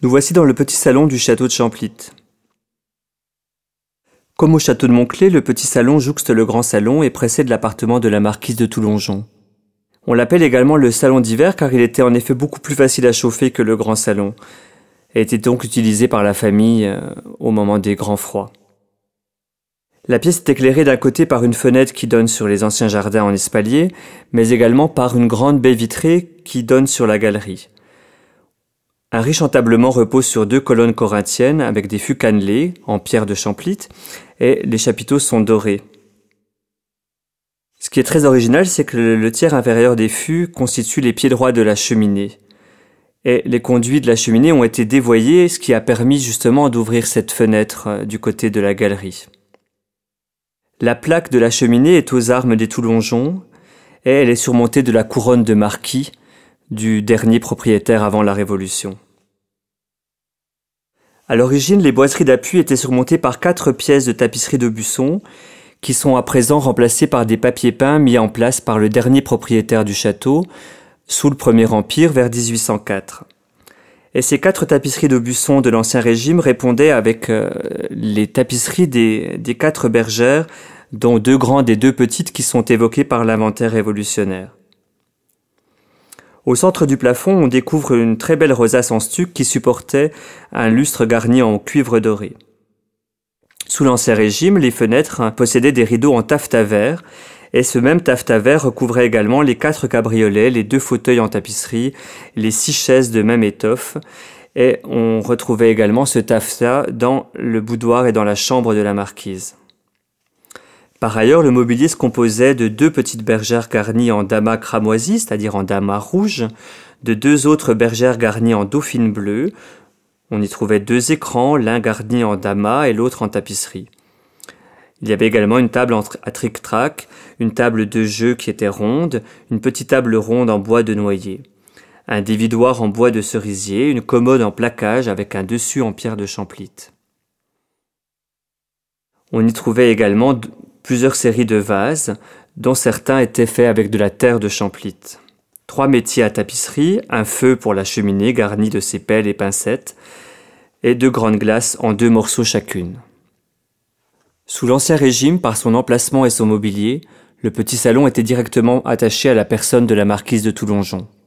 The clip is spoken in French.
Nous voici dans le petit salon du château de Champlit. Comme au château de Montclé, le petit salon jouxte le grand salon et précède l'appartement de la marquise de Toulongeon. On l'appelle également le salon d'hiver car il était en effet beaucoup plus facile à chauffer que le grand salon et était donc utilisé par la famille au moment des grands froids. La pièce est éclairée d'un côté par une fenêtre qui donne sur les anciens jardins en espalier, mais également par une grande baie vitrée qui donne sur la galerie. Un riche entablement repose sur 2 colonnes corinthiennes avec des fûts cannelés en pierre de Champlit et les chapiteaux sont dorés. Ce qui est très original, c'est que le tiers inférieur des fûts constitue les pieds droits de la cheminée. Et les conduits de la cheminée ont été dévoyés, ce qui a permis justement d'ouvrir cette fenêtre du côté de la galerie. La plaque de la cheminée est aux armes des Toulongeon et elle est surmontée de la couronne de marquis du dernier propriétaire avant la Révolution. À l'origine, les boiseries d'appui étaient surmontées par 4 pièces de tapisserie d'Aubusson qui sont à présent remplacées par des papiers peints mis en place par le dernier propriétaire du château sous le Premier Empire vers 1804. Et ces 4 tapisseries d'Aubusson de l'Ancien Régime répondaient avec les tapisseries des 4 bergères, dont 2 grandes et 2 petites qui sont évoquées par l'inventaire révolutionnaire. Au centre du plafond, on découvre une très belle rosace en stuc qui supportait un lustre garni en cuivre doré. Sous l'Ancien Régime, les fenêtres possédaient des rideaux en taffetas vert, et ce même taffetas vert recouvrait également les 4 cabriolets, les 2 fauteuils en tapisserie, les 6 chaises de même étoffe, et on retrouvait également ce taffetas dans le boudoir et dans la chambre de la marquise. Par ailleurs, le mobilier se composait de 2 petites bergères garnies en damas cramoisi, c'est-à-dire en damas rouge, de 2 autres bergères garnies en dauphine bleu. On y trouvait 2 écrans, l'un garni en damas et l'autre en tapisserie. Il y avait également une table à tric-trac, une table de jeu qui était ronde, une petite table ronde en bois de noyer, un dévidoir en bois de cerisier, une commode en plaquage avec un dessus en pierre de Champlit. On y trouvait également plusieurs séries de vases, dont certains étaient faits avec de la terre de Champlit. 3 métiers à tapisserie, un feu pour la cheminée garni de ses pelles et pincettes, et 2 grandes glaces en 2 morceaux chacune. Sous l'Ancien Régime, par son emplacement et son mobilier, le petit salon était directement attaché à la personne de la marquise de Toulongeon.